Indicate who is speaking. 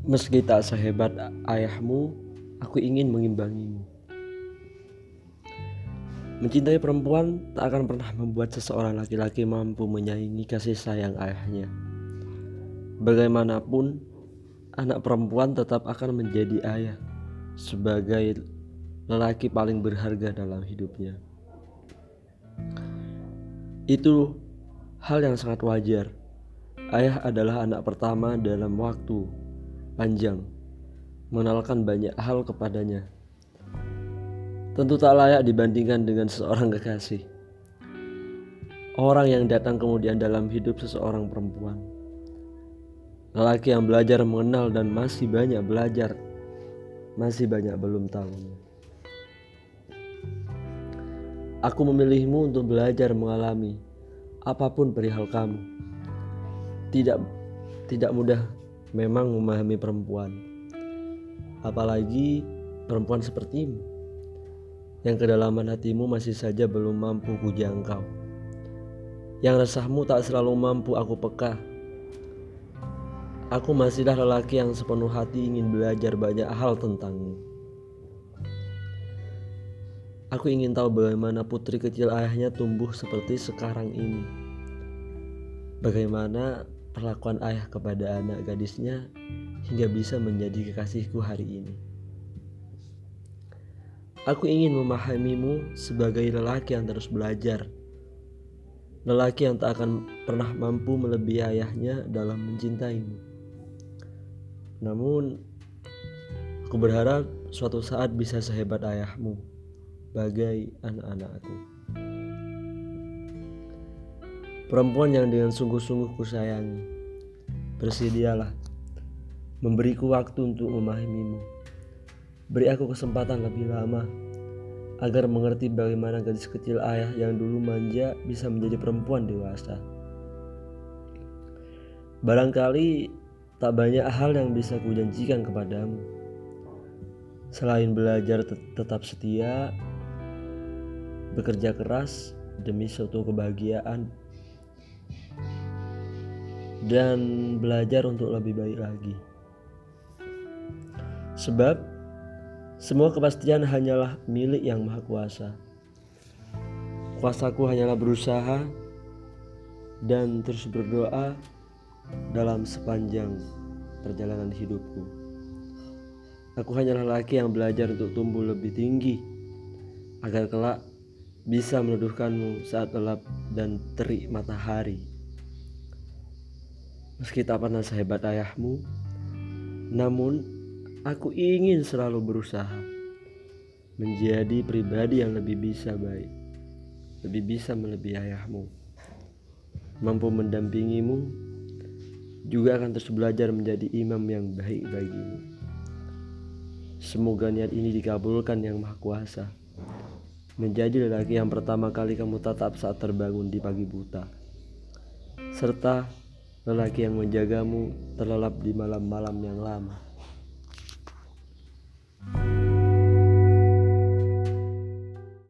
Speaker 1: Meski tak sehebat ayahmu, aku ingin mengimbangimu. Mencintai perempuan tak akan pernah membuat seseorang laki-laki mampu menyaingi kasih sayang ayahnya. Bagaimanapun, anak perempuan tetap akan menjadi ayah sebagai lelaki paling berharga dalam hidupnya. Itu hal yang sangat wajar. Ayah adalah anak pertama dalam waktu panjang, mengenalkan banyak hal kepadanya. Tentu tak layak dibandingkan dengan seorang kekasih, orang yang datang kemudian dalam hidup seseorang perempuan, lelaki yang belajar mengenal dan masih banyak belajar, masih banyak belum tahunya. Aku memilihmu untuk belajar mengalami apapun perihal kamu. Tidak mudah memang memahami perempuan, apalagi perempuan sepertimu, yang kedalaman hatimu masih saja belum mampu kujangkau, yang resahmu tak selalu mampu aku peka. Aku masihlah lelaki yang sepenuh hati ingin belajar banyak hal tentangmu. Aku ingin tahu bagaimana putri kecil ayahnya tumbuh seperti sekarang ini. Bagaimana perlakuan ayah kepada anak gadisnya hingga bisa menjadi kekasihku hari ini. Aku ingin memahamimu sebagai lelaki yang terus belajar, lelaki yang tak akan pernah mampu melebihi ayahnya dalam mencintaimu. Namun, aku berharap suatu saat bisa sehebat ayahmu, bagai anak-anakku. Perempuan yang dengan sungguh-sungguh kusayangi, bersedialah memberiku waktu untuk memahamimu. Beri aku kesempatan lebih lama agar mengerti bagaimana gadis kecil ayah yang dulu manja bisa menjadi perempuan dewasa. Barangkali tak banyak hal yang bisa kujanjikan kepadamu selain belajar tetap setia, bekerja keras demi suatu kebahagiaan, dan belajar untuk lebih baik lagi. Sebab semua kepastian hanyalah milik Yang Maha Kuasa. Kuasaku hanyalah berusaha dan terus berdoa dalam sepanjang perjalanan hidupku. Aku hanyalah laki yang belajar untuk tumbuh lebih tinggi agar kelak bisa menuduhkanmu saat gelap dan terik matahari. Meski tak pernah sehebat ayahmu, namun aku ingin selalu berusaha menjadi pribadi yang lebih bisa baik, lebih bisa melebihi ayahmu, mampu mendampingimu, juga akan terus belajar menjadi imam yang baik bagimu. Semoga niat ini dikabulkan Yang Maha Kuasa, menjadi lelaki yang pertama kali kamu tatap saat terbangun di pagi buta, serta lelaki yang menjagamu terlelap di malam-malam yang lama.